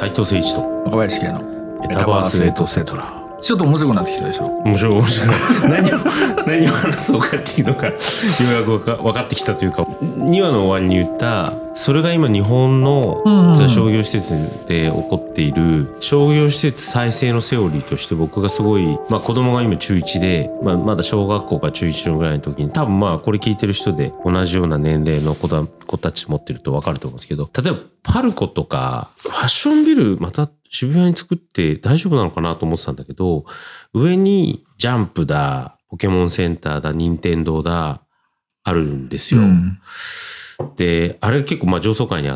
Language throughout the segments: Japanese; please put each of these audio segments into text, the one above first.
斉藤誠一と若林系のメタバースエイトセトラ。 ちょっと面白くなってきたでしょ。 面白い何を話そうかっていうのがようやく分かってきたというか、2話の終わりに言ったそれが今日本の商業施設で起こっている商業施設再生のセオリーとして、僕がすごい、子供が今中1で、まだ小学校か中1のぐらいの時に、多分これ聞いてる人で同じような年齢の子たち持ってると分かると思うんですけど、例えばパルコとかファッションビルまた渋谷に作って大丈夫なのかなと思ってたんだけど、上にジャンプだ、ポケモンセンターだ、任天堂だあるんですよ。で、あれ結構上層階にあって、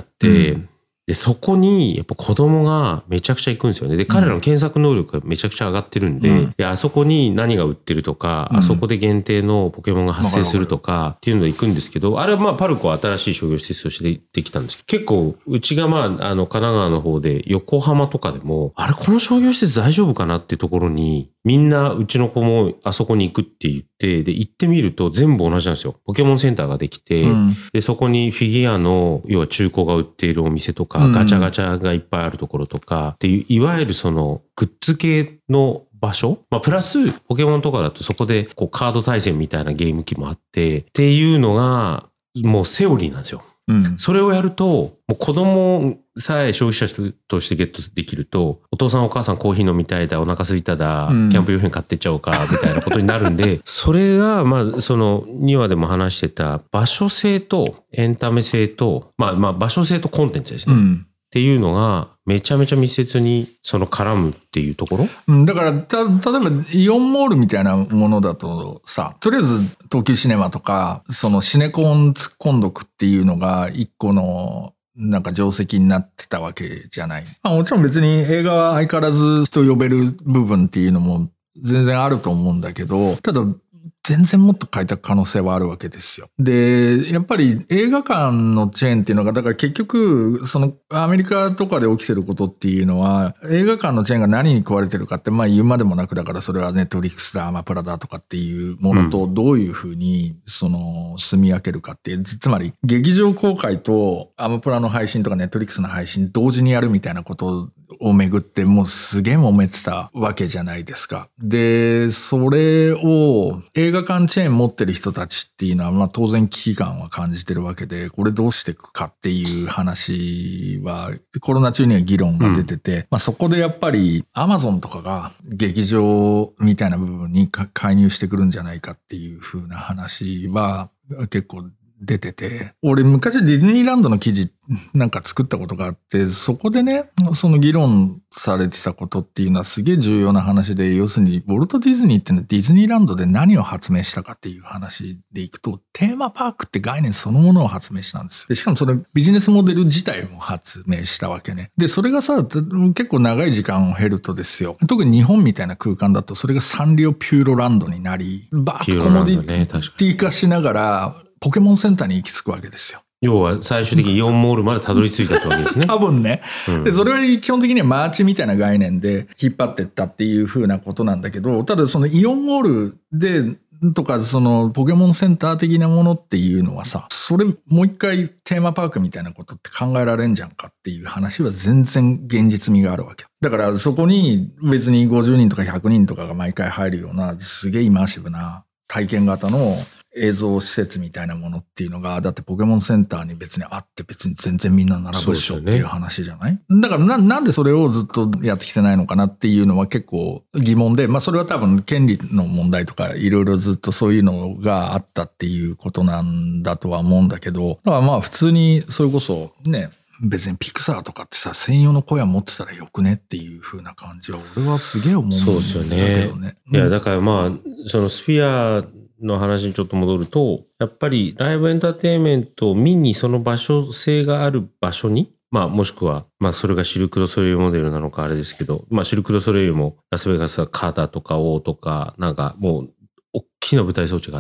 でそこにやっぱ子供がめちゃくちゃ行くんですよね。で、彼らの検索能力がめちゃくちゃ上がってるんで、あそこに何が売ってるとか、あそこで限定のポケモンが発生するとかっていうので行くんですけど、あれはパルコは新しい商業施設としてできたんですけど、結構うちが神奈川の方で横浜とかでも、あれこの商業施設大丈夫かなっていうところに、みんなうちの子もあそこに行くって言って、で行ってみると全部同じなんですよ。ポケモンセンターができて、でそこにフィギュアの要は中古が売っているお店とか、ガチャガチャがいっぱいあるところとかっていう、いわゆるそのグッズ系の場所、プラスポケモンとかだとそこでこうカード対戦みたいなゲーム機もあってっていうのがもうセオリーなんですよ。それをやると、もう子供さえ消費者としてゲットできると、お父さんお母さんコーヒー飲みたいだ、お腹空いただ、キャンプ用品買ってっちゃおうか、みたいなことになるんで、それが、その2話でも話してた場所性とエンタメ性と、場所性とコンテンツですね。っていうのがめちゃめちゃ密接にその絡むっていうところ、 だから例えばイオンモールみたいなものだとさ、とりあえず東急シネマとかそのシネコン突っ込んどくっていうのが一個のなんか定石になってたわけじゃない。もちろん別に映画は相変わらず人呼べる部分っていうのも全然あると思うんだけど、ただ全然もっと開拓可能性はあるわけですよ。で、やっぱり映画館のチェーンっていうのが、だから結局、そのアメリカとかで起きてることっていうのは、映画館のチェーンが何に食われてるかって、言うまでもなく、だからそれはネットフリックスだ、アマプラだとかっていうものと、どういうふうに、住み分けるかっていう、つまり、劇場公開とアマプラの配信とかネットフリックスの配信同時にやるみたいなことをめぐってもうすげえ揉めてたわけじゃないですか。で、それを映画館チェーン持ってる人たちっていうのは当然危機感は感じてるわけで、これどうしていくかっていう話はコロナ中には議論が出てて、そこでやっぱりアマゾンとかが劇場みたいな部分に介入してくるんじゃないかっていう風な話は結構出てて、俺昔ディズニーランドの記事なんか作ったことがあって、そこでね、その議論されてたことっていうのはすげえ重要な話で、要するにウォルト・ディズニーっていうのはディズニーランドで何を発明したかっていう話でいくと、テーマパークって概念そのものを発明したんですよ。でしかもそれビジネスモデル自体も発明したわけね。で、それがさ、結構長い時間を経るとですよ、特に日本みたいな空間だとそれがサンリオピューロランドになり、バーッとコモディティ化しながらポケモンセンターに行き着くわけですよ。 要は最終的にイオンモールまでたどり着いたってわけですね。 多分ね。で、それは基本的にはマーチみたいな概念で引っ張ってったっていう風なことなんだけど、ただそのイオンモールでとかそのポケモンセンター的なものっていうのはさ、それもう一回テーマパークみたいなことって考えられんじゃんかっていう話は全然現実味があるわけ。だからそこに別に50人とか100人とかが毎回入るようなすげえイマーシブな体験型の映像施設みたいなものっていうのが、だってポケモンセンターに別にあって別に全然みんな並ぶでしょっていう話じゃない？だからなんでそれをずっとやってきてないのかなっていうのは結構疑問で、それは多分権利の問題とかいろいろずっとそういうのがあったっていうことなんだとは思うんだけど、だから普通にそれこそね、別にピクサーとかってさ、専用の小屋持ってたらよくねっていう風な感じは俺はすげえ思うんだけどね。 そうですよね。いや、だからそのスフィアの話にちょっと戻ると、やっぱりライブエンターテインメントを見にその場所性がある場所に、もしくは、それがシルク・ドゥ・ソレイユモデルなのかあれですけど、シルク・ドゥ・ソレイユもラスベガスはカダとかオーとか、なんかもう大きな舞台装置があって、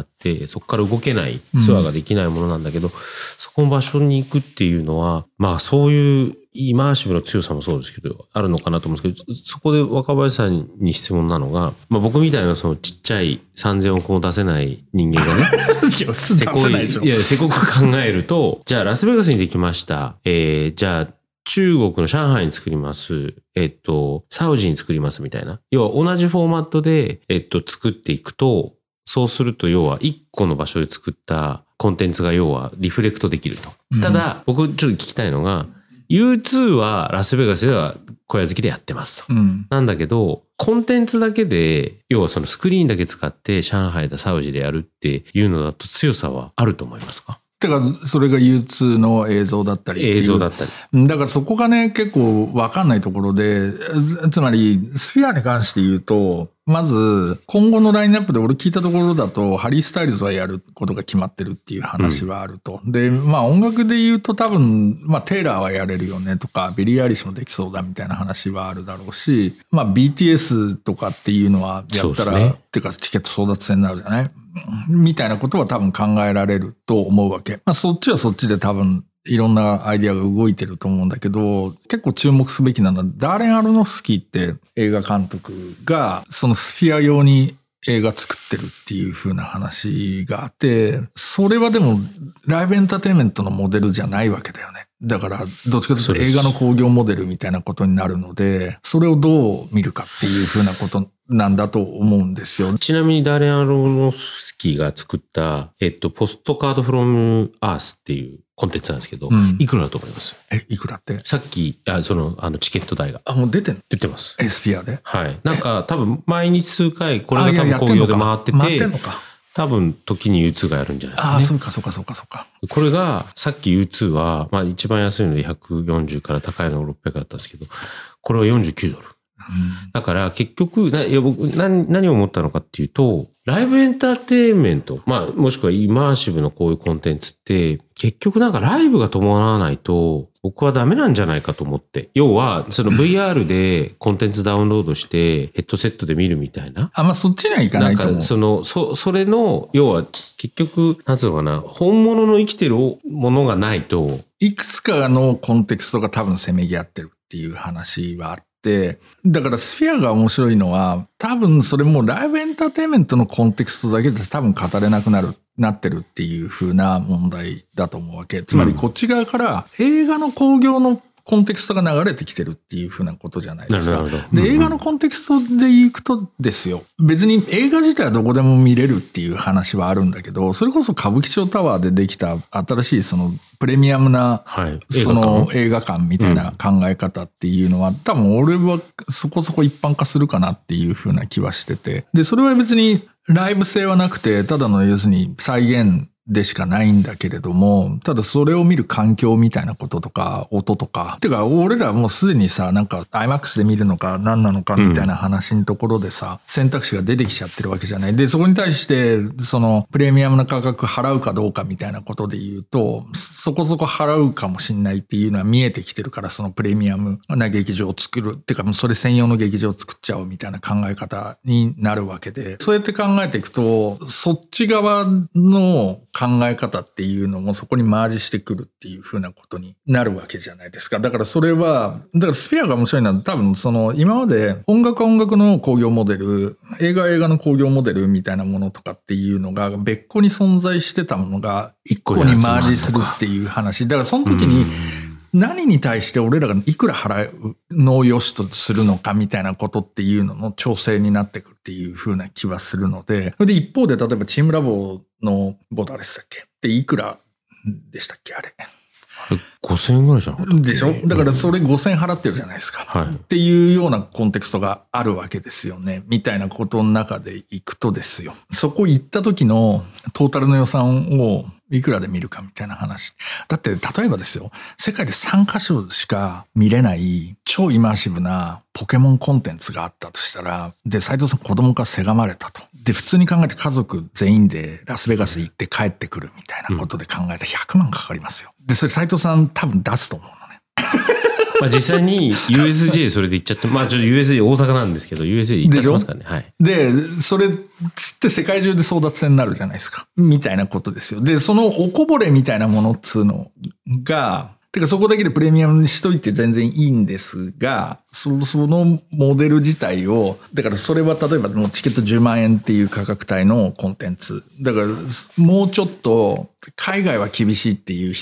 そこから動けないツアーができないものなんだけど、そこの場所に行くっていうのは、そういうイマーシブの強さもそうですけど、あるのかなと思うんですけど、そこで若林さんに質問なのが、僕みたいなそのちっちゃい3000億も出せない人間がね、せこく考えると、じゃあラスベガスにできました。じゃあ中国の上海に作ります。サウジに作りますみたいな。要は同じフォーマットで、作っていくと、そうすると要は一個の場所で作ったコンテンツが要はリフレクトできると。ただ、僕ちょっと聞きたいのが、U2 はラスベガスでは小屋好きでやってますと。なんだけど、コンテンツだけで、要はそのスクリーンだけ使って上海だサウジでやるっていうのだと強さはあると思いますか？ だからそれが U2 の映像だったりっていう。 映像だったり。 だからそこがね、結構わかんないところで、つまりスフィアに関して言うと、まず今後のラインナップで俺聞いたところだと、ハリー・スタイルズはやることが決まってるっていう話はあると。で、まあ音楽で言うと多分、まあテイラーはやれるよねとか、ビリー・アイリッシュもできそうだみたいな話はあるだろうし、まあ BTS とかっていうのはやったら、っていうかチケット争奪戦になるじゃないみたいなことは多分考えられると思うわけ。まあそっちはそっちで多分いろんなアイディアが動いてると思うんだけど、結構注目すべきなのはダーレン・アロノフスキーって映画監督がそのスフィア用に映画作ってるっていう風な話があって、それはでもライブエンターテインメントのモデルじゃないわけだよね。だからどっちかというと映画の興行モデルみたいなことになるので、それをどう見るかっていう風なことなんだと思うんですよ。 ちなみにダーレン・アロノフスキーが作ったポストカードフロムアースっていうコンテンツなんですけど、いくらだと思います？ いくらって？ さっきチケット代が。 もう出てんの？ 出てます。 スピアで？ はい。なんか多分毎日数回これが多分興行で回ってて、 回ってんのか。 多分時に U2 がやるんじゃないですかね。 そうか。 これがさっき U2 はまあ一番安いので140から高いのが600だったんですけど、これは49ドル。だから結局、僕何を思ったのかっていうと、ライブエンターテインメント、まあもしくはイマーシブのこういうコンテンツって、結局なんかライブが伴わないと僕はダメなんじゃないかと思って。要は、その VR でコンテンツダウンロードしてヘッドセットで見るみたいな。 まあそっちにはいかないと思う。 なんかそれの、要は結局、なんつうのかな、本物の生きてるものがないと。 いくつかのコンテクストが多分せめぎ合ってるっていう話はあって、だからスフィアが面白いのは、多分それもライブエンターテインメントのコンテクストだけで多分語れなくなってるっていう風な問題だと思うわけ。つまりこっち側から映画の興行のコンテクストが流れてきてるっていう風なことじゃないですか。で、映画のコンテクストでいくとですよ。別に映画自体はどこでも見れるっていう話はあるんだけど、それこそ歌舞伎町タワーでできた新しいそのプレミアムな、その映画館みたいな考え方っていうのは、多分俺はそこそこ一般化するかなっていう風な気はしてて。で、それは別にライブ性はなくて、ただの要するに再現でしかないんだけれども、ただそれを見る環境みたいなこととか、音とか。てか、俺らもうすでにさ、なんか IMAX で見るのか何なのかみたいな話のところでさ、選択肢が出てきちゃってるわけじゃない。で、そこに対して、そのプレミアムな価格払うかどうかみたいなことで言うと、そこそこ払うかもしんないっていうのは見えてきてるから、そのプレミアムな劇場を作る。ってか、もうそれ専用の劇場を作っちゃおうみたいな考え方になるわけで、そうやって考えていくと、そっち側の考え方っていうのもそこにマージしてくるっていう風なことになるわけじゃないですか。だからそれは、だからスフィアが面白いのは多分その今まで音楽は音楽の興行モデル、映画は映画の興行モデルみたいなものとかっていうのが別個に存在してたものが一個にマージするっていう話。だからその時に何に対して俺らがいくら払うのを良しとするのかみたいなことっていうのの調整になってくるっていう風な気はするので、で一方で例えばチームラボのボタレスだっけっていくらでしたっけあれ。 5000円ぐらいじゃなかったっけ？ でしょ？だからそれ5000円払ってるじゃないですか、はい。っていうようなコンテクストがあるわけですよね。みたいなことの中でいくとですよ。そこ行った時のトータルの予算をいくらで見るかみたいな話。だって例えばですよ、世界で3カ所しか見れない超イマーシブなポケモンコンテンツがあったとしたら、で、斉藤さん子供からせがまれたと。で、普通に考えて家族全員でラスベガス行って帰ってくるみたいなことで考えたら100万かかりますよ。で、それ斉藤さん多分出すと思うのね。 まあ実際に USJ それで行っちゃって、まあちょっと USJ 大阪なんですけど、USJ 行っちゃってますからね。はい。 で、それつって世界中で争奪戦になるじゃないですか。みたいなことですよ。で、そのおこぼれみたいなものっつうのが、てかそこだけでプレミアムにしといて全然いいんですが、そのモデル自体を、だからそれは例えばもうチケット10万円っていう価格帯のコンテンツ。だからもうちょっと海外は厳しいっていう人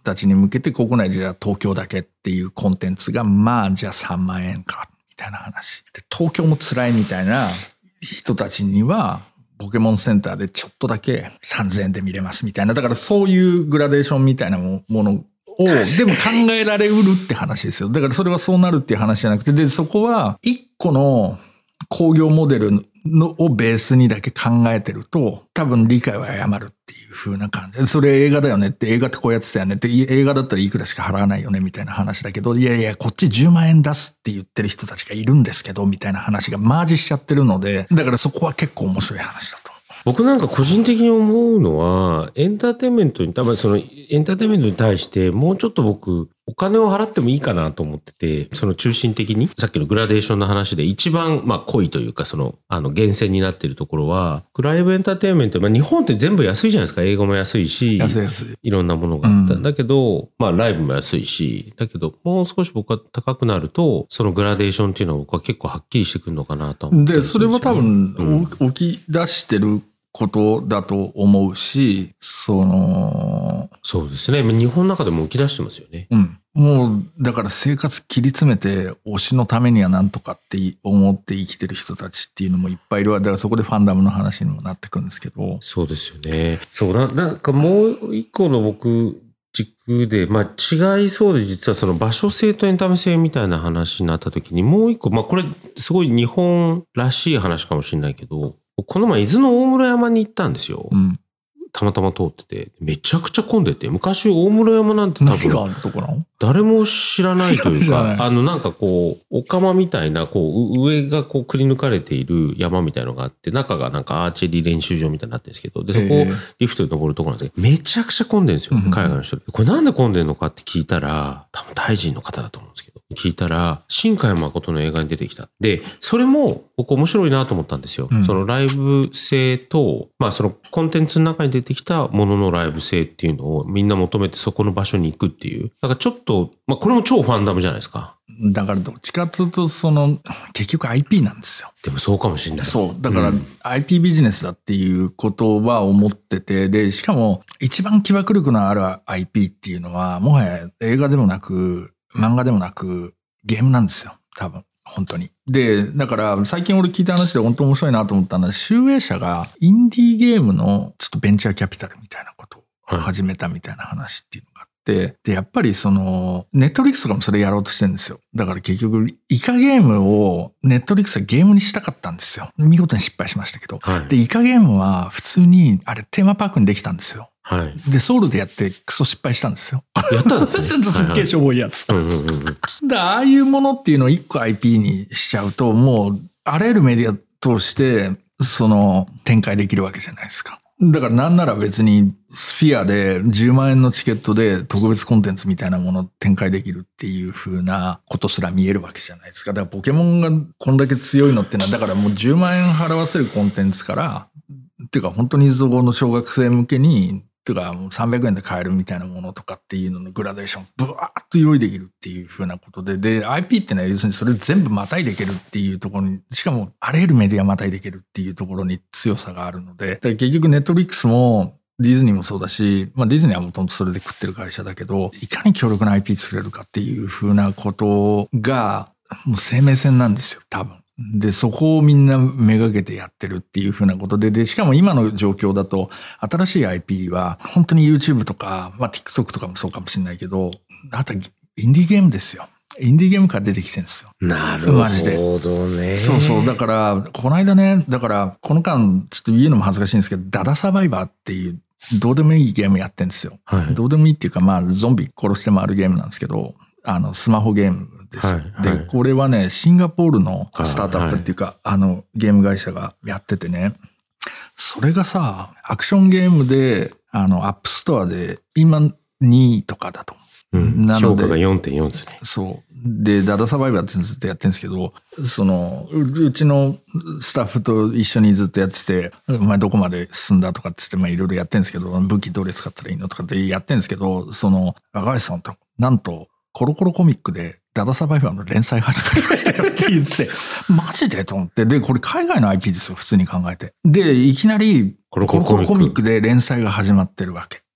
たちに向けて国内じゃ東京だけっていうコンテンツがまあじゃあ3万円かみたいな話で、東京も辛いみたいな人たちにはポケモンセンターでちょっとだけ3000円で見れますみたいな、だからそういうグラデーションみたいなものをでも考えられうるって話ですよ。だからそれはそうなるっていう話じゃなくて、でそこは一個の工業モデルをベースにだけ考えてると多分理解は誤るっていう風な感じで、それ映画だよねって、映画ってこうやってたよねって、映画だったらいくらしか払わないよねみたいな話だけど、いやいやこっち10万円出すって言ってる人たちがいるんですけどみたいな話がマージしちゃってるので、だからそこは結構面白い話だと。 僕なんか個人的に思うのは、エンターテインメントに、多分そのエンターテインメントに対してもうちょっと僕お金を払ってもいいかなと思ってて、その中心的にさっきのグラデーションの話で一番濃いというか、その源泉になっているところはライブエンターテインメント、日本って全部安いじゃないですか。英語も安いし、 安いいろんなものがあった、だけどライブも安いし、だけどもう少し僕は高くなるとそのグラデーションっていうのは僕は結構はっきりしてくるのかなと思って、 でそれは多分起き出してることだと思うし、 そうですね。日本の中でも浮き出してますよね。 もうだから生活切り詰めて推しのためにはなんとかって思って生きてる人たちっていうのもいっぱいいるわ。だからそこでファンダムの話にもなってくるんですけど。 そうですよね。なんかもう一個の僕軸で違いそうで、実はその場所性とエンタメ性みたいな話になった時にもう一個、これすごい日本らしい話かもしれないけど、この前伊豆の大室山に行ったんですよ。たまたま通ってて、めちゃくちゃ混んでて、昔大室山なんて多分誰も知らないというか、なんかこうお釜みたいな上がくり抜かれている山みたいのがあって、中がなんかアーチェリー練習場みたいになってるんですけど、でそこをリフトで登るところなんですけど、めちゃくちゃ混んでるんですよ、海外の人で。これなんで混んでるのかって聞いたら、多分タイ人の方だと思うんですけど、聞いたら新海誠の映画に出てきた。でそれも僕面白いなと思ったんですよ。そのライブ性とそのコンテンツの中に出てきたもののライブ性っていうのをみんな求めてそこの場所に行くっていう。だからちょっとこれも超ファンダムじゃないですか。 だからどっちかというと結局 IP なんですよ。 でもそうかもしれない。 そうだから IP ビジネスだっていうことは思ってて、でしかも一番起爆力のある IP っていうのはもはや映画でもなく漫画でもなくゲームなんですよ、多分本当に。でだから最近俺聞いた話で本当面白いなと思ったのは、集英社がインディーゲームのちょっとベンチャーキャピタルみたいなことを始めたみたいな話っていうのがあって、でやっぱりネットフリックスとかもそれやろうとしてるんですよ。だから結局イカゲームをネットフリックスはゲームにしたかったんですよ。見事に失敗しましたけど、でイカゲームは普通にあれテーマパークにできたんですよ。でソウルでやってクソ失敗したんですよ。 やったんですね。 すっげえしょぼいやつ。ああいうものっていうのを一個 IP にしちゃうと、もうあらゆるメディア通して展開できるわけじゃないですか。だからなんなら別にスフィアで10万円のチケットで特別コンテンツみたいなものを展開できるっていう風なことすら見えるわけじゃないですか。だからポケモンがこんだけ強いのってのは、だからもう10万円払わせるコンテンツからっていうか本当にの小学生向けにとかもう300円で買えるみたいなものとかっていうののグラデーションブワーッと用意できるっていう風なことで、IP ってのは要するにそれ全部またいでいけるっていうところに、しかもあらゆるメディアまたいでいけるっていうところに強さがあるので、だから結局ネットフリックスもディズニーもそうだし、ディズニーはもともとそれで食ってる会社だけど、いかに強力な IP 作れるかっていう風なことがもう生命線なんですよ、多分。でそこをみんなめがけてやってるっていう風なことで、しかも今の状況だと新しい IP は本当に YouTube とか、TikTok とかもそうかもしれないけど、あとはインディーゲームですよ。インディーゲームから出てきてるんですよ。 なるほどね。 そうだからこの間ね、だからこの間ちょっと言うのも恥ずかしいんですけど、ダダサバイバーっていうどうでもいいゲームやってるんですよ。どうでもいいっていうかゾンビ殺して回るゲームなんですけど、スマホゲームです。でこれはねシンガポールのスタートアップっていうかゲーム会社がやっててね、それがさアクションゲームでアップストアで今2位とかだと。 なので評価が 4.4 ですね。 そうでダダサバイバーってずっとやってるんですけど、うちのスタッフと一緒にずっとやってて、お前どこまで進んだとかって言っていろいろやってるんですけど、武器どれ使ったらいいのとかってやってるんですけど、若林さんとなんとコロコロコミックでダダサバイバーの連載始まりましたよって言ってて、マジでと思って。でこれ海外の IP ですよ普通に考えて。でいきなりコロコロコミックで連載が始まってるわけ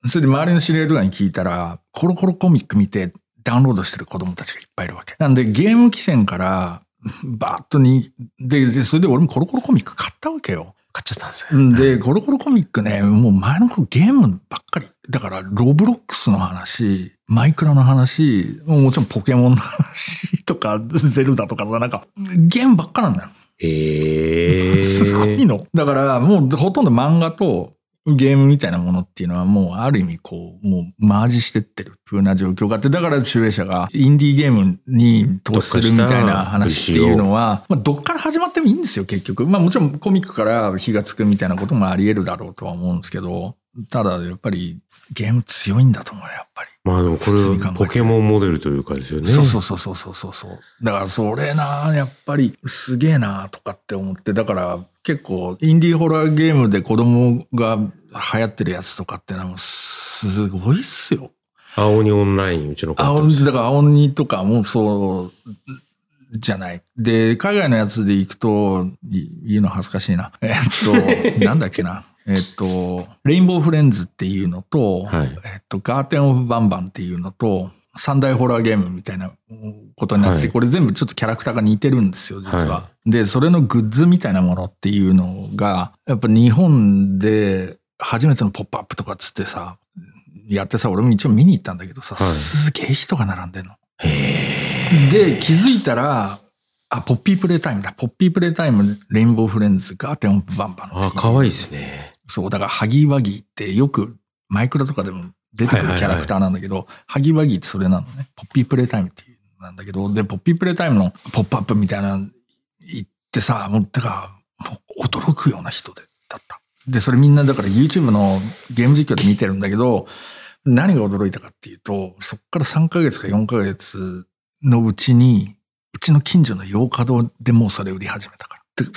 それで周りの知り合いとかに聞いたら、コロコロコミック見てダウンロードしてる子供たちがいっぱいいるわけ。なんでゲーム機線からバーッとそれで俺もコロコロコミック買ったわけよ。 買っちゃったんですよ。 で、コロコロコミックね、もう前の子ゲームばっかり。だからロブロックスの話、マイクラの話、もちろんポケモンの話とか、ゼルダとかさ、なんかゲームばっかなんだよ。すごいの。だからもうほとんど漫画とゲームみたいなものっていうのはもうある意味こう、もうマージしてってる風な状況があって、だから集英社がインディーゲームに投資するみたいな話っていうのは、まあどっから始まってもいいんですよ結局。まあもちろんコミックから火がつくみたいなこともあり得るだろうとは思うんですけど、ただやっぱりゲーム強いんだと思うよやっぱり。 まあでもこれはポケモンモデルというかですよね。 そう。だからそれな、やっぱりすげえなとかって思って、だから結構インディーホラーゲームで子供が流行ってるやつとかってのはすごいっすよ。 青鬼オンライン、うちの子だから青鬼とかもそうじゃない。で、海外のやつで行くと、言うの恥ずかしいな。なんだっけな。レインボーフレンズっていうのと、 はい、 ガーテンオブバンバンっていうのと、三大ホラーゲームみたいなことになってて、これ全部ちょっとキャラクターが似てるんですよ、実は。で、それのグッズみたいなものっていうのが、やっぱ日本で初めてのポップアップとかっつってさ、やってさ、俺も一応見に行ったんだけどさ、すげえ人が並んでんの。で、気づいたら、ポッピープレイタイムだ。ポッピープレイタイム、レインボーフレンズ、ガーテンオブバンバン。 可愛いですね。 そう、だからハギーワギーってよくマイクラとかでも出てくるキャラクターなんだけど、ハギーワギーってそれなのね。ポッピープレイタイムっていうなんだけど、で、ポッピープレイタイムのポップアップみたいな行ってさ、もう驚くような人だった。で、それみんなだから YouTube のゲーム実況で見てるんだけど、何が驚いたかっていうと、そっから3ヶ月か4ヶ月のうちに、うちの近所の洋華堂でもうそれ売り始めたから。てか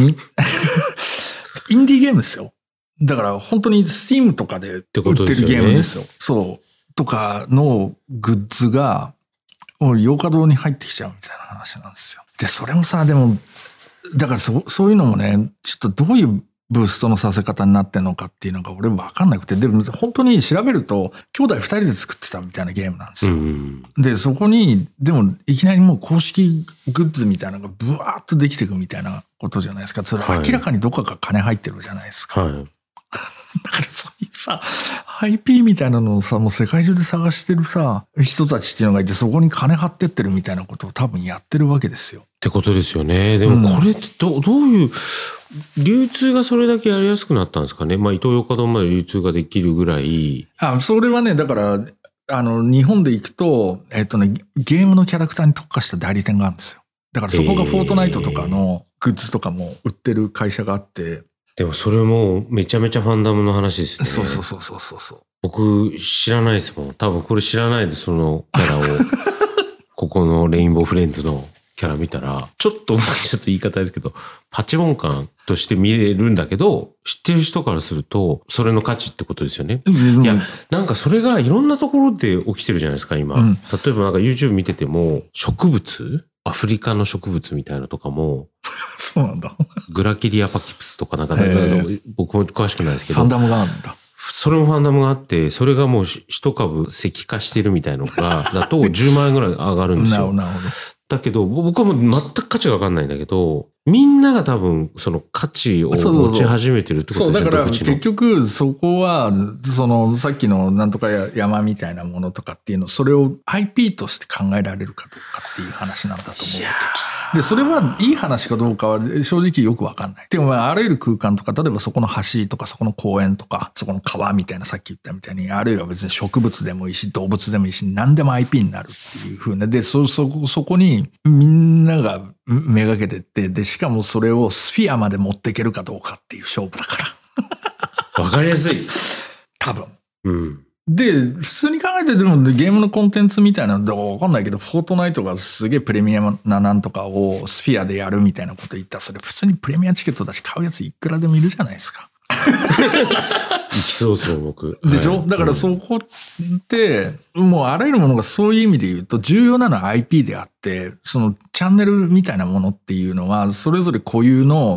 インディーゲームですよ。だから本当に Steam とかで売ってるゲームですよ。そう。とかのグッズが、もう洋華堂に入ってきちゃうみたいな話なんですよ。で、それもさ、でも、だからそういうのもね、ちょっとどういうブーストのさせ方になってんのかっていうのが俺分かんなくて、でも本当に調べると兄弟2人で作ってたみたいなゲームなんですよ。で、そこにでもいきなりもう公式グッズみたいなのがブワーッとできていくみたいなことじゃないですか。それ明らかにどっかから金入ってるじゃないですか。だからそういうさ、IP みたいなのをさ、もう世界中で探してるさ、人たちっていうのがいて、そこに金張ってってるみたいなことを多分やってるわけですよ。 ってことですよね。でもこれってどういう、流通がそれだけやりやすくなったんですかね。まあ、イトーヨーカドーまで流通ができるぐらい。 それはね、だから、日本で行くと、ゲームのキャラクターに特化した代理店があるんですよ。だからそこがフォートナイトとかのグッズとかも売ってる会社があって、 でもそれもめちゃめちゃファンダムの話ですね。 そう。 僕知らないですもん。多分これ知らないでそのキャラを、ここのレインボーフレンズのキャラ見たら、ちょっと言い方ですけど、パチモン感として見れるんだけど、知ってる人からすると、それの価値ってことですよね。いや、なんかそれがいろんなところで起きてるじゃないですか、今。例えばなんか YouTube 見てても、植物？アフリカの植物みたいなとかも、 そうなんだ。 グラキリアパキプスとかなんか僕も詳しくないですけど。 ファンダムがあるんだ。 それもファンダムがあって、それがもう一株石化してるみたいのが、だと10万円ぐらい上がるんですよ。 なるほど。 だけど、僕はもう全く価値がわかんないんだけど、みんなが多分その価値を持ち始めてるってことですよね。 だから結局そこは、さっきのなんとか山みたいなものとかっていうの、それを IP として考えられるかどうかっていう話なんだと思う。で、それはいい話かどうかは正直よくわかんない。でもあらゆる空間とか、例えばそこの橋とかそこの公園とか、そこの川みたいなさっき言ったみたいに、あるいは別に植物でもいいし、動物でもいいし、何でも IP になるっていう風な。で、そこにみんながめがけてって、で、しかもそれをスフィアまで持っていけるかどうかっていう勝負だから。 わかりやすい。 多分。で、普通に考えてでもゲームのコンテンツみたいなのだからわかんないけど、フォートナイトがすげえプレミアムななんとかをスフィアでやるみたいなこと言ったら、それ普通にプレミアチケットだし買うやついくらでもいるじゃないですか。 いきそうですよ、僕。 でしょ？だからそこって、もうあらゆるものがそういう意味で言うと重要なのは IP であって、そのチャンネルみたいなものっていうのは、それぞれ固有の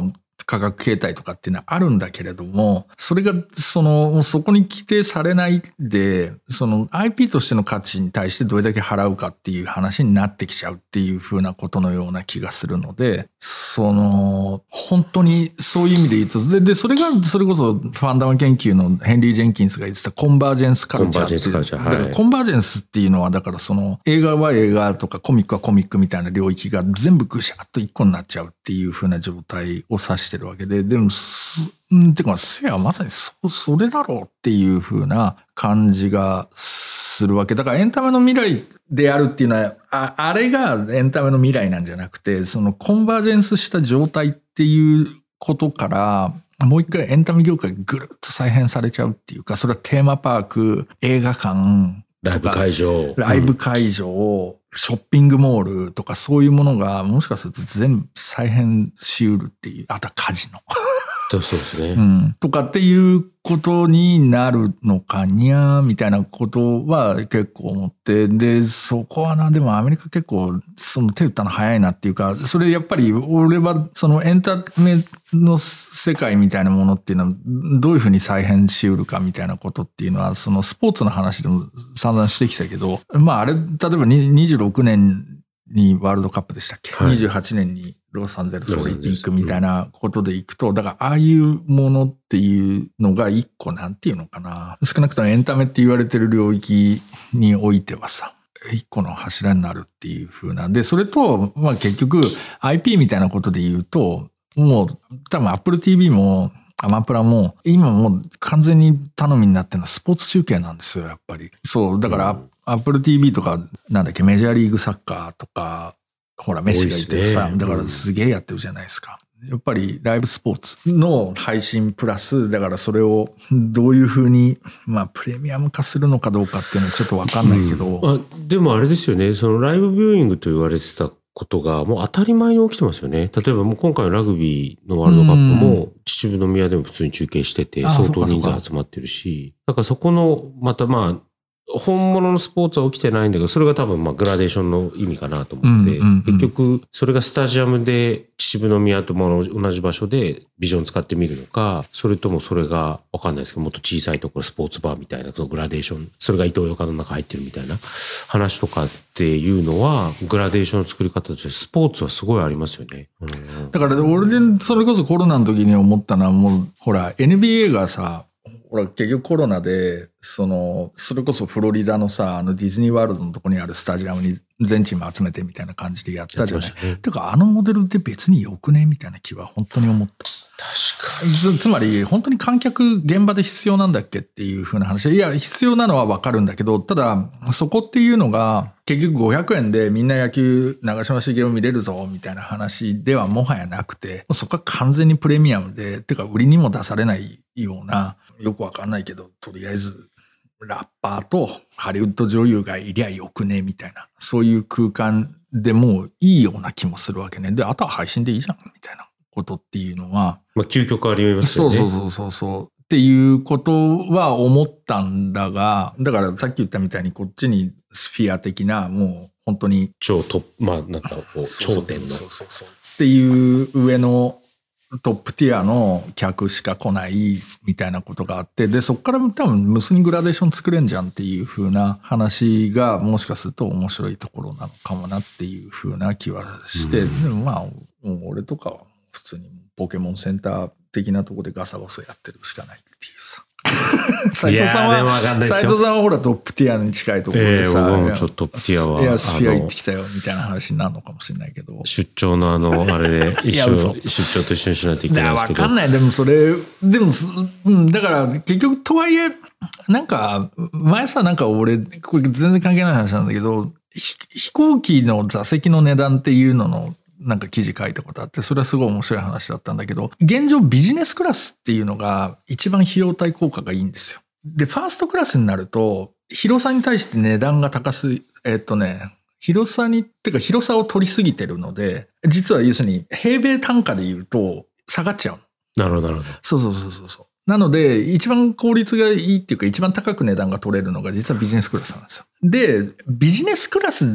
価格形態とかっていうのはあるんだけれども、それがそこに規定されないで、IP としての価値に対してどれだけ払うかっていう話になってきちゃうっていう風なことのような気がするので、本当にそういう意味で言うと、で、それがそれこそファンダム研究のヘンリー・ジェンキンスが言ってたコンバージェンスカルチャーっていう。だからコンバージェンスっていうのは、だから映画は映画とかコミックはコミックみたいな領域が全部ぐしゃっと一個になっちゃうっていう風な状態を指してるわけで、でも、てか、それはまさにそれだろうっていう風な感じがするわけ。だからエンタメの未来であるっていうのは、あれがエンタメの未来なんじゃなくて、コンバージェンスした状態っていうことから、もう一回エンタメ業界がぐるっと再編されちゃうっていうか、それはテーマパーク、映画館、 ライブ会場、 ショッピングモールとかそういうものがもしかすると全部再編しうるっていう、あとはカジノ。 そうですね。 とかっていうことになるのかにゃーみたいなことは結構思って、で、そこはでもアメリカ結構手打ったの早いなっていうか、それやっぱり俺はエンタメの世界みたいなものっていうのはどういうふうに再編しうるかみたいなことっていうのは、スポーツの話でも散々してきたけど、あれ、例えば26年にワールドカップでしたっけ、はい、28年にロサンゼルスオリンピックみたいなことでいくと、だからああいうものっていうのが一個なんていうのかな、少なくともエンタメって言われてる領域においてはさ、一個の柱になるっていう風な。で、それと、結局 IP みたいなことで言うと、もう多分 Apple TV もアマプラも今もう完全に頼みになってるのはスポーツ中継なんですよ、やっぱり。そう、だから、Apple TV とか、メジャーリーグサッカーとか、ほら、メッシがいてさ、だからすげえやってるじゃないですか。やっぱりライブスポーツの配信プラス、だからそれをどういうふうに、プレミアム化するのかどうかっていうのはちょっとわかんないけど。 でもあれですよね、ライブビューイングと言われてたことがもう当たり前に起きてますよね。例えばもう今回のラグビーのワールドカップも秩父宮でも普通に中継してて相当人数集まってるし、だからそこのまた本物のスポーツは起きてないんだけど、それが多分グラデーションの意味かなと思って、結局それがスタジアムで秩父宮と同じ場所でビジョン使ってみるのか、それともそれがわかんないですけど、もっと小さいところスポーツバーみたいなそのグラデーション、それがイトーヨーカドーの中入ってるみたいな話とかっていうのは、グラデーションの作り方としてスポーツはすごいありますよね。 だから俺でそれこそコロナの時に思ったのは、もうほら NBA がさ、ほら結局コロナでそれこそフロリダのさ、ディズニーワールドのとこにあるスタジアムに全チーム集めてみたいな感じでやったじゃない。てかモデルって別によくねみたいな気は本当に思った。 確かに。 つまり本当に観客現場で必要なんだっけっていう風な話。いや必要なのはわかるんだけど、ただそこっていうのが結局500円でみんな野球長嶋茂雄見れるぞみたいな話ではもはやなくて、そこは完全にプレミアムで、てか売りにも出されないような、よくわかんないけど、とりあえずラッパーとハリウッド女優がいりゃよくねみたいな、そういう空間でもういいような気もするわけね。で、あとは配信でいいじゃんみたいなことっていうのは、 究極ありますよね。 そうっていうことは思ったんだが、だからさっき言ったみたいにこっちにスフィア的な、もう本当に超トップ、頂点のっていう上のトップティアの客しか来ないみたいなことがあって、でそこから多分無数にグラデーション作れんじゃんっていう風な話がもしかすると面白いところなのかもなっていう風な気はして、でももう俺とかは普通にポケモンセンター的なところでガサゴソやってるしかないっていうさ。斉藤さんはほらトップティアに近いところでさ、 僕もちょっとトップティアはエアスフィア行ってきたよみたいな話になるのかもしれないけど、 出張のあれで出張と一緒にしないといけないですけど、 わかんない。でもだから結局とはいえ、なんか前さ、なんか俺これ全然関係ない話なんだけど、飛行機の座席の値段っていうののなんか記事書いたことあって、それはすごい面白い話だったんだけど、現状ビジネスクラスっていうのが一番費用対効果がいいんですよ。で、ファーストクラスになると広さに対して値段が高す、広さを取りすぎてるので、実は要するに平米単価で言うと下がっちゃう。 なるほど。 そう。なので一番効率がいいっていうか一番高く値段が取れるのが実はビジネスクラスなんですよ。で、ビジネスクラス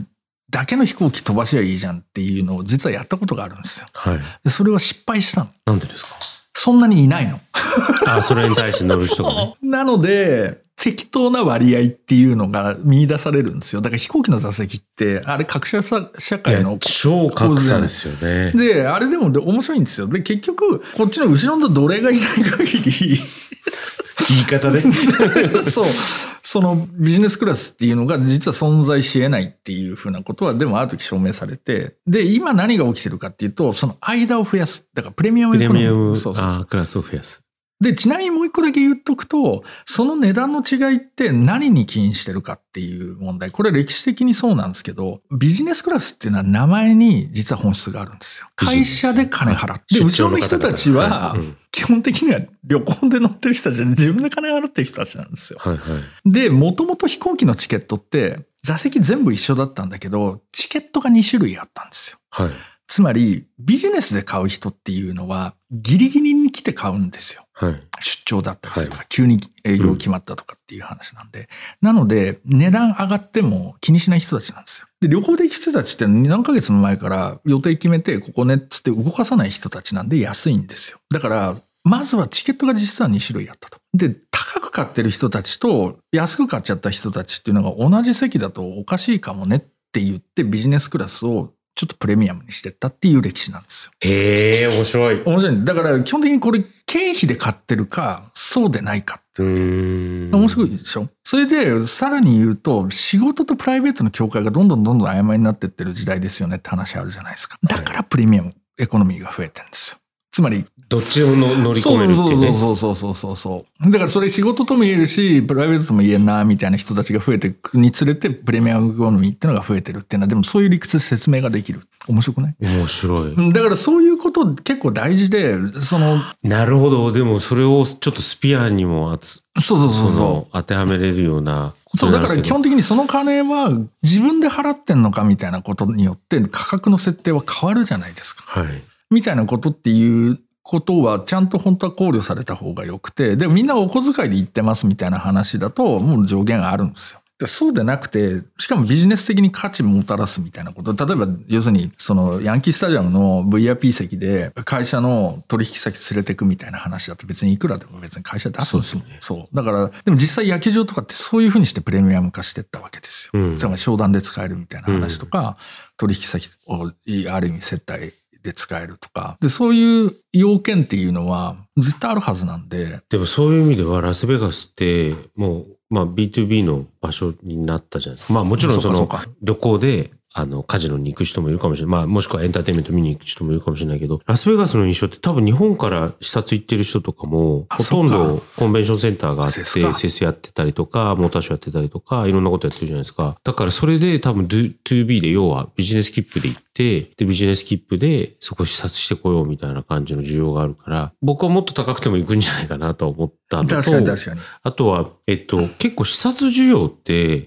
だけの飛行機飛ばしゃいいじゃんっていうのを実はやったことがあるんですよ。 はい。 でそれは失敗したの。 なんでですか？ そんなにいないの。 それに対して乗る人がね。 なので、適当な割合っていうのが見出されるんですよ。だから飛行機の座席って、あれ格差社会の超格差ですよね。 で、あれでも面白いんですよ。で、結局、こっちの後ろの奴隷がいない限り、 言い方で。 そう。そのビジネスクラスっていうのが実は存在し得ないっていうふうなことはでもある時証明されて、で、今何が起きてるかっていうと、その間を増やす。だからプレミアムエコノミー。そうクラスを増やす。 で、ちなみにもう一個だけ言っとくと、その値段の違いって何に起因してるかっていう問題。これ歴史的にそうなんですけど、ビジネスクラスっていうのは名前に実は本質があるんですよ。会社で金払って。で、後ろの人たちは、基本的には旅行で乗ってる人たちで自分で金払ってる人たちなんですよ。 はいはい、 で、もともと飛行機のチケットって座席全部一緒だったんだけど、チケットが2種類あったんですよ。 はい。 つまり、ビジネスで買う人っていうのは、ギリギリに来て買うんですよ。 はい、 出張だったりするから、急に営業決まったとかっていう話なんで。なので、値段上がっても気にしない人たちなんですよ。で、旅行で行く人たちって何ヶ月も前から予定決めて、ここねっつって動かさない人たちなんで安いんですよ。だから、まずはチケットが実は2種類あったと。で、高く買ってる人たちと安く買っちゃった人たちっていうのが同じ席だとおかしいかもねって言ってビジネスクラスをちょっとプレミアムにしてったっていう歴史なんですよ。 へー、面白い。 面白い。だから基本的にこれ経費で買ってるか、そうでないかって。面白いでしょ？それでさらに言うと、仕事とプライベートの境界がどんどん曖昧になってってる時代ですよねって話あるじゃないですか。だからプレミアムエコノミーが増えてるんですよ。つまり、 どっちも乗り込めるっていうね。 そう。だからそれ仕事とも言えるし、プライベートとも言えんな、みたいな人たちが増えていくにつれて、プレミアムエコノミーっていうのが増えてるっていうのは、でもそういう理屈で説明ができる。面白くない？ 面白い。 だからそういうこと結構大事で、 なるほど。でもそれをちょっとスピアにもそう当てはめれるようなことそう、 なんですけど。 だから基本的にその金は自分で払ってんのかみたいなことによって価格の設定は変わるじゃないですか。 はい。 みたいなことっていうことはちゃんと本当は考慮された方がよくて、でもみんなお小遣いで行ってますみたいな話だともう上限あるんですよ。そうでなくて、しかもビジネス的に価値もたらすみたいなこと。例えば、要するに、そのヤンキースタジアムの VIP 席で会社の取引先連れてくみたいな話だと別にいくらでも別に会社出すんですよ。そう。だから、でも実際野球場とかってそういうふうにしてプレミアム化していったわけですよ。つまり商談で使えるみたいな話とか、取引先をある意味接待で使えるとか。で、そういう要件っていうのは絶対あるはずなんで。 でもそういう意味ではラスベガスってもう、B2B の場所になったじゃないですか。もちろんその旅行でカジノに行く人もいるかもしれない。もしくはエンターテインメント見に行く人もいるかもしれないけど、ラスベガスの印象って多分日本から視察行ってる人とかも、ほとんどコンベンションセンターがあって、セースやってたりとか、モーターショーやってたりとか、いろんなことやってるじゃないですか。だからそれで多分 2B で要はビジネス切符で行って、で、ビジネス切符でそこ視察してこようみたいな感じの需要があるから、僕はもっと高くても行くんじゃないかなと思ったのと、 確かに。 あとは、結構視察需要って、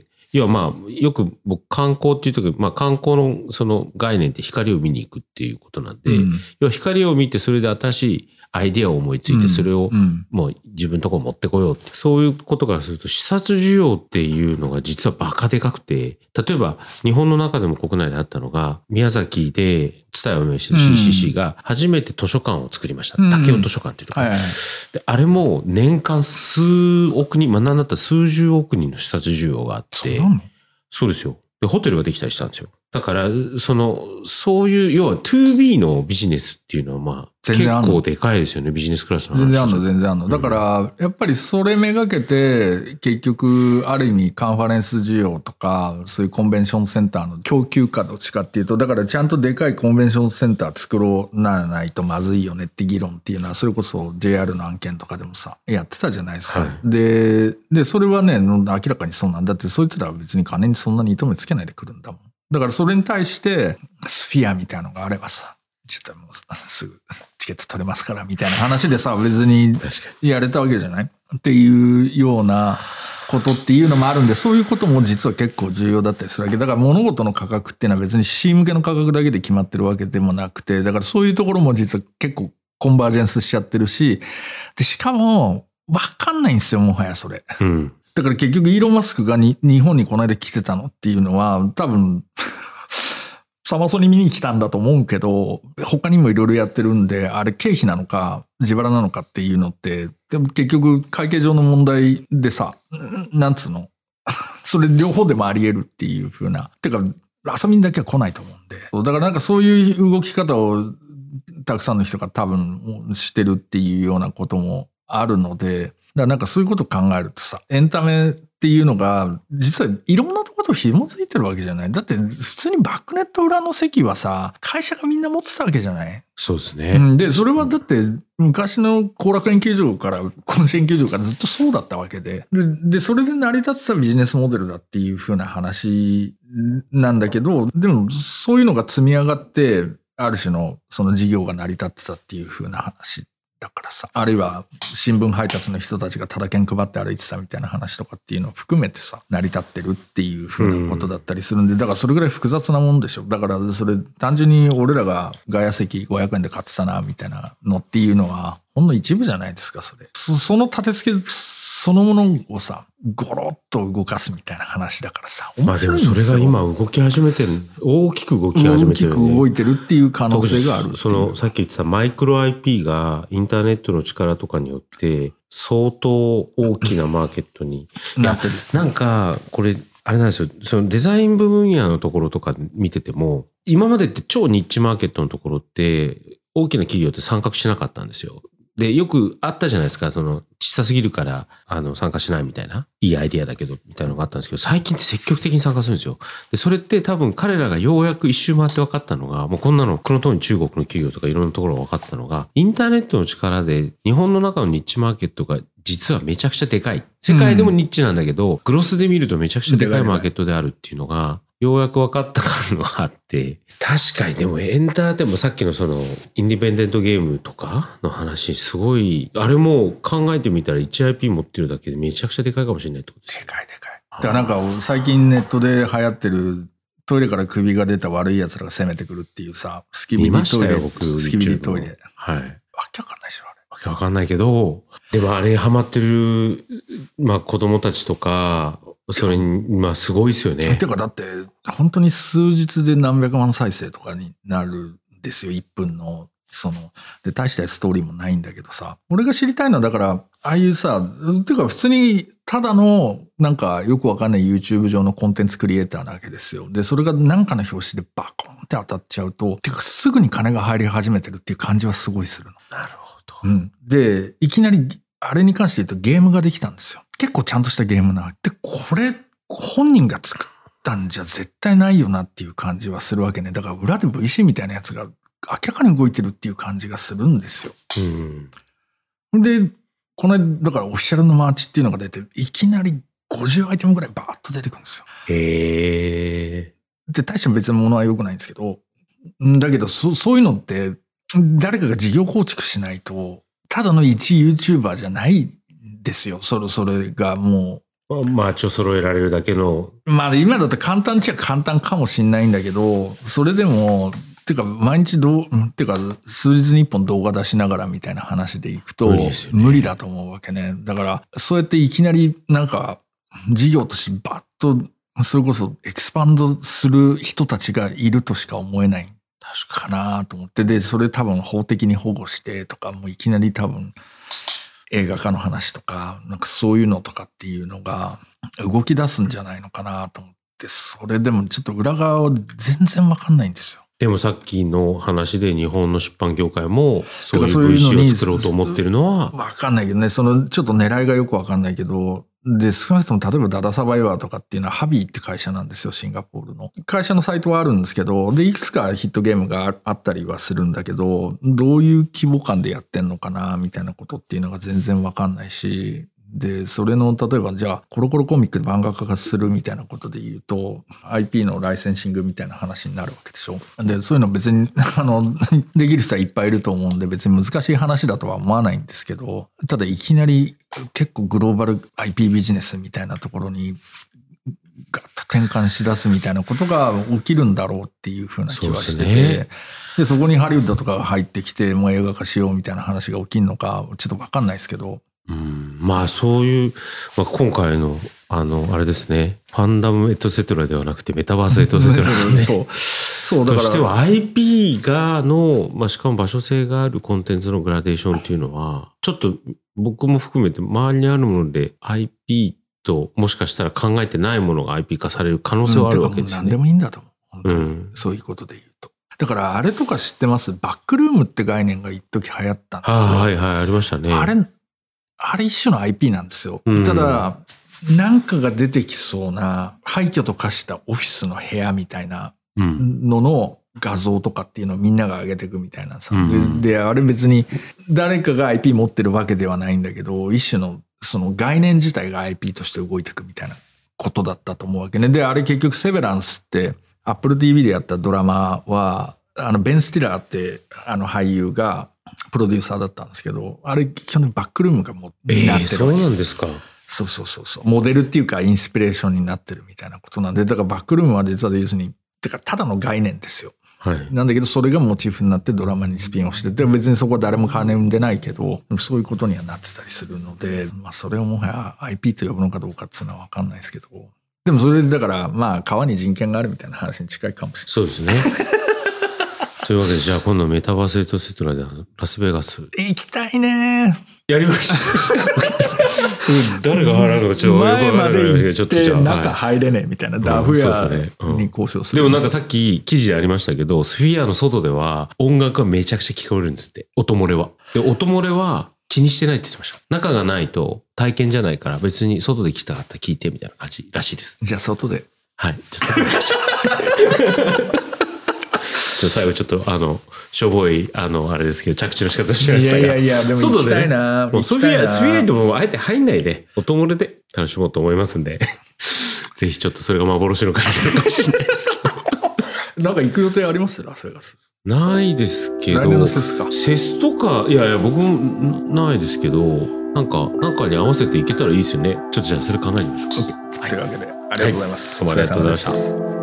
要はよく僕観光っていう時、観光のその概念って光を見に行くっていうことなんで、要は光を見てそれで新しいアイデアを思いついてそれをもう自分のところ持ってこようって、そういうことからすると視察需要っていうのが実はバカでかくて、例えば日本の中でも国内であったのが、宮崎で蔦屋を運営してる CCC が初めて図書館を作りました。武雄図書館っていうところ。で、あれも年間数億人、なんだったら数十億人の視察需要があって、そうですよ。で、ホテルができたりしたんですよ。だから、そういう、要は 2B のビジネスっていうのは結構でかいですよね、ビジネスクラスの話。 全然あんの。だから、やっぱりそれめがけて、結局、ある意味カンファレンス需要とか、そういうコンベンションセンターの供給かどっちかっていうと、だからちゃんとでかいコンベンションセンター作ろうならないとまずいよねって議論っていうのは、それこそ JR の案件とかでもさ、やってたじゃないですか。はい、で、それはね、明らかにそうなんだって、そいつらは別に金にそんなに糸目つけないでくるんだもん。だからそれに対してスフィアみたいなのがあればさ、ちょっともうすぐチケット取れますからみたいな話でさ、別にやれたわけじゃないっていうようなことっていうのもあるんで、そういうことも実は結構重要だったりするわけだから、物事の価格っていうのは別に C 向けの価格だけで決まってるわけでもなくて、だからそういうところも実は結構コンバージェンスしちゃってるし、でしかも分かんないんですよ、もはやそれ。だから結局イーロン・マスクが日本にこの間来てたのっていうのは多分サマソニ見に来たんだと思うけど、他にもいろいろやってるんで、あれ経費なのか自腹なのかっていうのって、でも結局会計上の問題でさ、なんつうのそれ両方でもあり得るっていう風な。てか、遊びにだけは来ないと思うんで。だからなんかそういう動き方をたくさんの人が多分してるっていうようなこともあるので、だからなんかそういうことを考えるとさ、エンタメっていうのが実はいろんなところと紐づいてるわけじゃない。だって普通にバックネット裏の席はさ、会社がみんな持ってたわけじゃない。 そうですね。 で、それはだって昔の後楽園球場から甲子園球場からずっとそうだったわけで、で、それで成り立ってたビジネスモデルだっていう風な話なんだけど、でもそういうのが積み上がって、ある種のその事業が成り立ってたっていう風な話だからさ、あるいは新聞配達の人たちがタダ券配って歩いてたみたいな話とかっていうのを含めてさ、成り立ってるっていう風なことだったりするんで、だからそれぐらい複雑なもんでしょ。だからそれ単純に俺らが外野席500円で買ってたなみたいなのっていうのはほんの一部じゃないですか、それ。その立て付けそのものをさ、ゴロッと動かすみたいな話だからさ。 まあでもそれが今動き始めてる、大きく動き始めてる、ね。 大きく動いてるっていう可能性がある。 そのさっき言ってたマイクロ IP がインターネットの力とかによって相当大きなマーケットになってる。なんかこれあれなんですよ。そのデザイン部分野のところとか見てても、今までって超ニッチマーケットのところって大きな企業って参画しなかったんですよ。で、よくあったじゃないですか。その、小さすぎるから、参加しないみたいな。いいアイディアだけど、みたいなのがあったんですけど、最近って積極的に参加するんですよ。で、それって多分彼らがようやく一周回って分かったのが、もうこんなの、この通り中国の企業とかいろんなところが分かってたのが、インターネットの力で、日本の中のニッチマーケットが実はめちゃくちゃでかい。世界でもニッチなんだけど、グロスで見るとめちゃくちゃでかいマーケットであるっていうのが、ようやく分かったのがあって、確かにでもエンターテインメント、さっきのそのインディペンデントゲームとかの話すごい、あれも考えてみたら 1IP 持ってるだけでめちゃくちゃでかいかもしれないってことです。 でかい。だからなんか最近ネットで流行ってるトイレから首が出た悪い奴らが攻めてくるっていうさ、スキビディトイレ。スキビディトイレ。 はい。 わけわかんないでしょ、あれ。 わけわかんないけど、でもあれハマってる、まあ子供たちとか、それに、まあすごいですよね。 てかだって、本当に数日で何百万再生とかになるんですよ、1分の。で、大したストーリーもないんだけどさ。俺が知りたいのはだから、ああいうさ、てか普通にただのなんかよくわかんない YouTube 上のコンテンツクリエイターなわけですよ。で、それがなんかの表紙でバコンって当たっちゃうと、てかすぐに金が入り始めてるっていう感じはすごいするの。 なるほど。 うん。で、いきなり、あれに関して言うとゲームができたんですよ。結構ちゃんとしたゲームな。で、これ、本人が作ったんじゃ絶対ないよなっていう感じはするわけね。だから裏で VC みたいなやつが明らかに動いてるっていう感じがするんですよ。うん。で、この間、だからオフィシャルのマーチっていうのが出て、いきなり50アイテムぐらいバーッと出てくるんですよ。 へー。 で、大して別に物は良くないんですけど、だけどそういうのって、誰かが事業構築しないと、ただの一 YouTuber じゃないですよ。それがもう。マーチを揃えられるだけの。 まあ今だって簡単っちゃ簡単かもしんないんだけど、それでも、てか毎日てか数日に一本動画出しながらみたいな話でいくと無理だと思うわけね。だからそうやっていきなりなんか事業としてバッとそれこそエクスパンドする人たちがいるとしか思えないかなと思って、でそれ多分法的に保護してとか、もういきなり多分映画化の話とかなんかそういうのとかっていうのが動き出すんじゃないのかなと思って、それでもちょっと裏側は全然わかんないんですよ。 でもさっきの話で日本の出版業界もそういう VC を作ろうと思ってるのはわかんないけどね、ちょっと狙いがよくわかんないけど、で、少なくとも例えばダダサバイバーとかっていうのはハビーって会社なんですよ、シンガポールの。会社のサイトはあるんですけど、で、いくつかヒットゲームがあったりはするんだけど、どういう規模感でやってんのかな、みたいなことっていうのが全然わかんないし、で、それの、例えばじゃあ、コロコロコミックで漫画化がするみたいなことで言うと、IP のライセンシングみたいな話になるわけでしょ。で、そういうの別に、できる人はいっぱいいると思うんで、別に難しい話だとは思わないんですけど、ただいきなり結構グローバル IP ビジネスみたいなところに、ガッと転換しだすみたいなことが起きるんだろうっていうふうな気はしてて、で、そこにハリウッドとかが入ってきて、もう映画化しようみたいな話が起きるのか、ちょっとわかんないですけど、 まあそういう、今回のあれですね、ファンダムエトセトラではなくてメタバースエトセトラねそうだからとしては IP の、しかも場所性があるコンテンツのグラデーションっていうのはちょっと僕も含めて周りにあるもので IP ともしかしたら考えてないものが IP 化される可能性はあるわけですよね。 何でもいいんだと思う本当に、そういうことで言うと。だからあれとか知ってます？バックルームって概念が一時流行ったんですよ。 はいはい、ありましたね。 あれ一種の IP なんですよ。ただなんかが出てきそうな廃墟と化したオフィスの部屋みたいなのの画像とかっていうのをみんなが上げていくみたいなさ、であれ別に誰かが IP 持ってるわけではないんだけど、一種のその概念自体が IP として動いていくみたいなことだったと思うわけね。であれ結局セベランスってApple TV でやったドラマはベン・スティラーって俳優がプロデューサーだったんですけど、あれ基本バックルームがもうになってるわけ。 そうなんですか。 そうモデルっていうかインスピレーションになってるみたいなことなんで、だからバックルームは実は要するにただの概念ですよ。なんだけどそれがモチーフになってドラマにスピンをしてて、別にそこは誰も金生んでないけどそういうことにはなってたりするので、それをもはや IP と呼ぶのかどうかっていうのは分かんないですけど、でもそれでだから川に人権があるみたいな話に近いかもしれない。 そうですね。というわけでじゃあ今度メタバースエトセトラでラスベガス行きたいね。 やりました誰が払うのかちょっと前まで行って中入れねえみたいな、ダフ屋に交渉する。 でもなんかさっき記事でありましたけど、スフィアの外では音楽がめちゃくちゃ聞こえるんですって、音漏れは。で音漏れは気にしてないって言ってました。中がないと体験じゃないから別に外で聞きたかったら聞いてみたいな感じらしいです。 じゃあ外で。 はい。じゃあ外で最後ちょっとしょぼいあれですけど着地の仕方をしましたが、 いやでも行きたいな。 もうスフィアともあえて入んないで音漏れで楽しもうと思いますんでぜひちょっとそれが幻の感じなのかもしれないですけどなんか行く予定あります？ラスベガス。 ないですけど。 来年のセスか。 セスとかいや僕もないですけど、なんかに合わせていけたらいいですよね。ちょっとじゃあそれ考えてみましょう。 というわけでありがとうございます。 どうもありがとうございました。